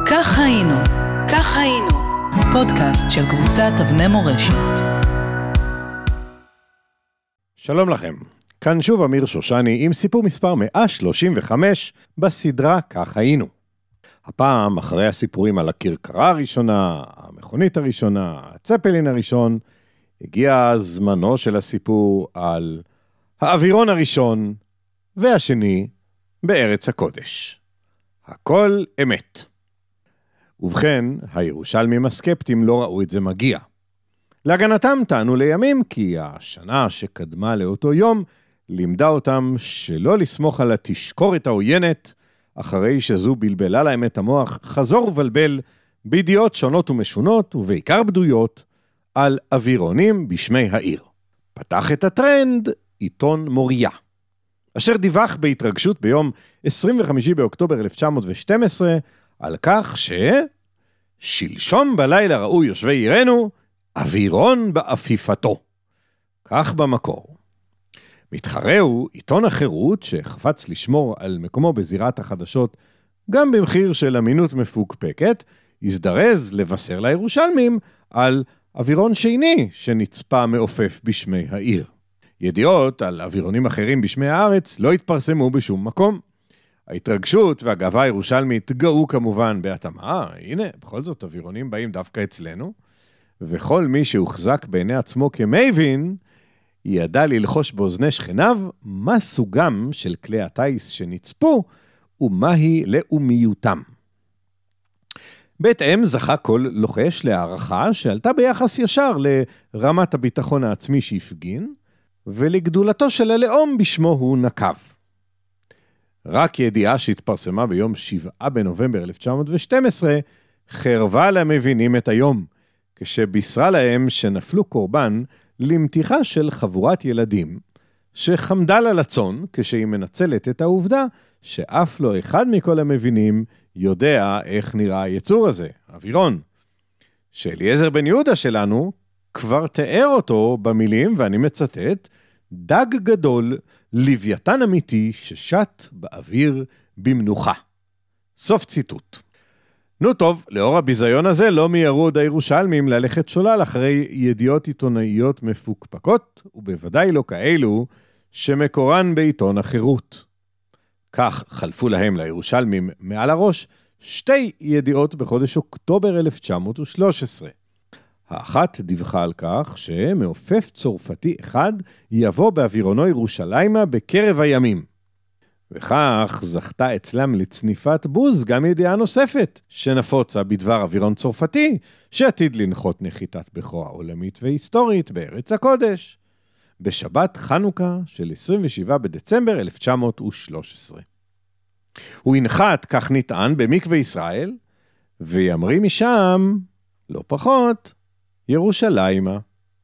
כך היינו, כך היינו. פודקאסט של קבוצת אבני מורשת. שלום לכם, כאן שוב אמיר שושני עם סיפור מספר 135 בסדרה כך היינו. הפעם אחרי הסיפורים על הכרכרה הראשונה, המכונית הראשונה, הצפלין הראשון, הגיע זמנו של הסיפור על האווירון הראשון והשני בארץ הקודש. הכל אמת. ובכן, הירושלמים הסקפטים לא ראו את זה מגיע. להגנתם טענו לימים כי השנה שקדמה לאותו יום לימדה אותם שלא לסמוך על התשקורת העוינת, אחרי שזו בלבלה להם את המוח חזור ובלבל בידיעות שונות ומשונות ובעיקר בדויות על אווירונים בשמי העיר. פתח את הטרנד עיתון מוריה, אשר דיווח בהתרגשות ביום 25 באוקטובר 1912 על כך ששלשום בלילה ראו יושבי עירנו אווירון באפיפתו. כך במקור. מתחרהו עיתון החירות שחפץ לשמור על מקומו בזירת החדשות גם במחיר של אמינות מפוקפקת, הזדרז לבשר לירושלמים על אווירון שני שנצפה מעופף בשמי העיר. ידיעות על אווירונים אחרים בשמי הארץ לא התפרסמו בשום מקום. ההתרגשות והגאווה הירושלמית גאו כמובן בהתאמה, הנה, בכל זאת אווירונים באים דווקא אצלנו, וכל מי שהוחזק בעיני עצמו כמבין, ידע ללחוש באוזני שכניו מה סוגם של כלי הטייס שנצפו, ומהי לאומיותם. בהתאם זכה כל לוחש להערכה שעלתה ביחס ישר לרמת הביטחון העצמי שהפגין, ולגדולתו של הלאום בשמו הוא נקב. רק ידיעה שהתפרסמה ביום 7 בנובמבר 1912, חרבה למבינים את היום, כשבישרה להם שנפלו קורבן למתיחה של חבורת ילדים, שחמדה לה לצון כשהיא מנצלת את העובדה שאף לא אחד מכל המבינים יודע איך נראה היצור הזה, אווירון. שאליעזר בן יהודה שלנו כבר תיאר אותו במילים, ואני מצטט, דג גדול, לוויתן אמיתי ששט באוויר במנוחה. סוף ציטוט. נו טוב, לאור הביזיון הזה לא מיירו עוד הירושלמים ללכת שולל אחרי ידיעות עיתונאיות מפוקפקות, ובוודאי לא כאלו שמקורן בעיתון החירות. כך חלפו להם לירושלמים מעל הראש שתי ידיעות בחודש אוקטובר 1913. האחת דיווחה על כך שמעופף צורפתי אחד יבוא באווירונו ירושלימה בקרב הימים. וכך זכתה אצלם לצניפת בוז גם ידיעה נוספת שנפוצה בדבר אווירון צורפתי שעתיד לנחות נחיתת בכורה עולמית והיסטורית בארץ הקודש בשבת חנוכה של 27 בדצמבר 1913. הוא ינחת, כך נטען, במקווה ישראל וימריא משם, לא פחות, ירושלימה.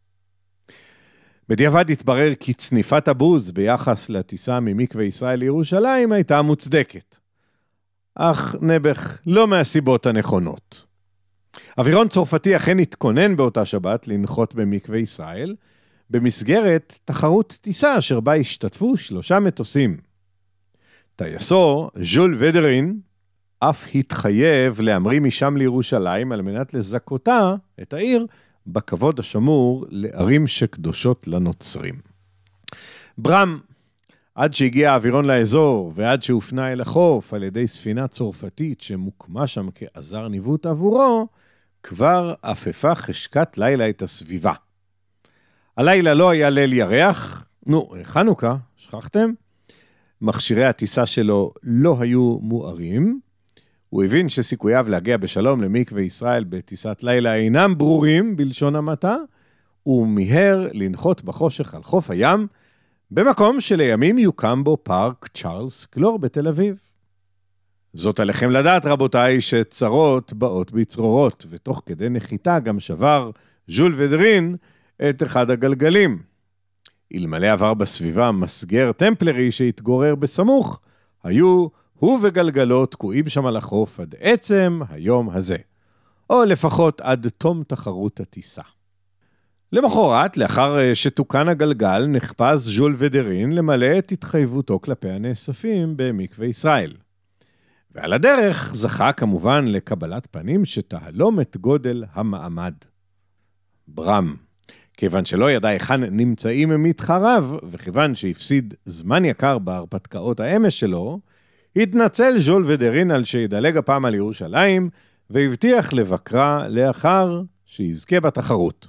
בדיעבד התברר כי צניפת הבוז ביחס לטיסה ממקווה ישראל לירושלים הייתה מוצדקת. אך נבח לא מהסיבות הנכונות. אווירון צורפתי אכן התכונן באותה שבת לנחות במקווה ישראל, במסגרת תחרות טיסה אשר בה השתתפו 3 מטוסים. טייסו, ז'ול ודרין, אף התחייב להמריא משם לירושלים על מנת לזכותה את העיר בכבוד השמור לערים שקדושות לנוצרים. ברם, עד שהגיע האווירון לאזור ועד שהופנה אל החוף על ידי ספינה צורפתית שמוקמה שם כעזר ניווט עבורו, כבר אפפה חשקת לילה את הסביבה. הלילה לא היה ליל ירח, חנוכה, שכחתם? מכשירי הטיסה שלו לא היו מוארים, הוא הבין שסיכוייו להגיע בשלום למקווה ישראל בטיסת לילה אינם ברורים בלשון המעטה, ומיהר לנחות בחושך על חוף הים, במקום שלימים יוקם בו פארק צ'ארלס קלור בתל אביב. זאת עליכם לדעת רבותיי שצרות באות בצרורות, ותוך כדי נחיתה גם שבר ז'ול ודרין את אחד הגלגלים. אלמלא עבר בסביבה מסגר טמפלרי שהתגורר בסמוך, היו הוא וגלגלו תקועים שם על החוף עד עצם היום הזה, או לפחות עד תום תחרות הטיסה. למחרת, לאחר שתוקן הגלגל, נחפז ז'ול ודרין למלא את התחייבותו כלפי הנאספים במקווה ישראל. ועל הדרך זכה כמובן לקבלת פנים שתהלום את גודל המעמד. ברם, כיוון שלא ידע היכן נמצאים מתחריו, וכיוון שהפסיד זמן יקר בהרפתקאות האמש שלו, התנצל ז'ול ודרין על שידלג הפעם על ירושלים, והבטיח לבקרה לאחר שיזכה בתחרות.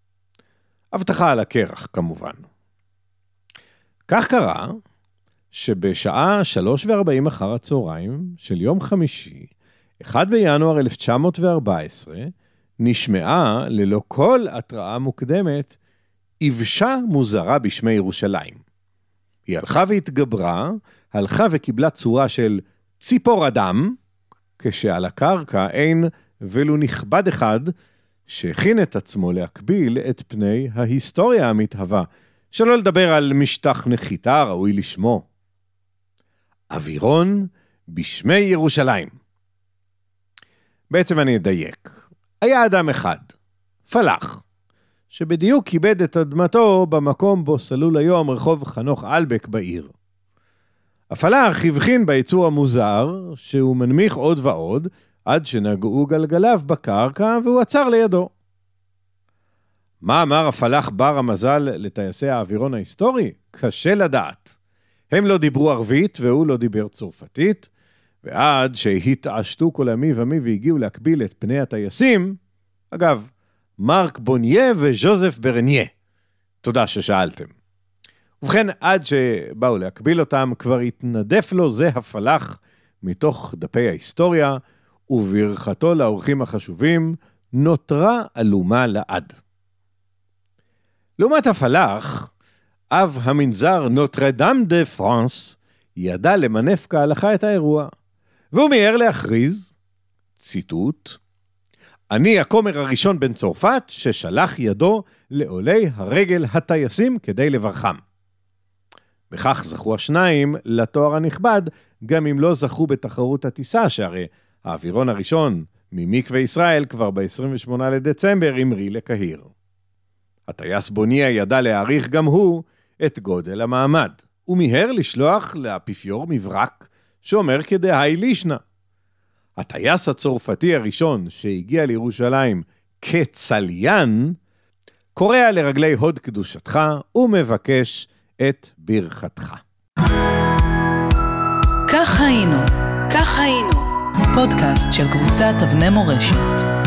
הבטחה על הקרח כמובן. כך קרה שבשעה 3:40 אחר הצהריים של יום חמישי, 1 בינואר 1914, נשמעה ללא כל התראה מוקדמת, יבשה מוזרה בשמי ירושלים. היא הלכה והתגברה, הלכה וקיבלה צורה של ציפור אדם, כשעל הקרקע אין ולו נכבד אחד, שהכין את עצמו להקביל את פני ההיסטוריה המתהווה, שלא לדבר על משטח נחיתה ראוי לשמו. אווירון בשמי ירושלים. בעצם אני אדייק. היה אדם אחד, פלח, שבדיוק כיבד את אדמתו במקום בו סלול היום רחוב חנוך אלבק בעיר. הפלח הבחין ביצור המוזר, שהוא מנמיך עוד ועוד, עד שנגעו גלגליו בקרקע והוא עצר לידו. מה אמר הפלח בר המזל לטייסי האווירון ההיסטורי? קשה לדעת. הם לא דיברו ערבית והוא לא דיבר צרפתית, ועד שהתעשתו כל עמי ומי והגיעו להקביל את פני הטייסים, אגב, מרק בוניה וז'וזף ברניה. תודה ששאלתם. ובכן, עד שבאו להקביל אותם, כבר התנדף לו זה הפלח מתוך דפי ההיסטוריה, וברכתו לאורחים החשובים נותרה אלומה לעד. לעומת הפלח, אב המנזר נוטרדאם דה פרנס ידע למנף כהלכה את האירוע, והוא מיהר להכריז, ציטוט, אני הכומר הראשון בן צרפת ששלח ידו לעולי הרגל הטייסים כדי לברכם. בכך זכו השניים לתואר הנכבד, גם אם לא זכו בתחרות הטיסה, שהרי האווירון הראשון ממקווה ישראל כבר ב-28 לדצמבר המריא לקהיר. הטייס בוניה ידע להעריך גם הוא את גודל המעמד, ומיהר לשלוח לאפיפיור מברק שאומר כדהי לישנה. הטייס הצרפתי הראשון שהגיע לירושלים כצליין, קורא לרגלי הוד קדושתך ומבקש את ברכתך. כך היינו, פודקאסט של קבוצת אבני מורשת.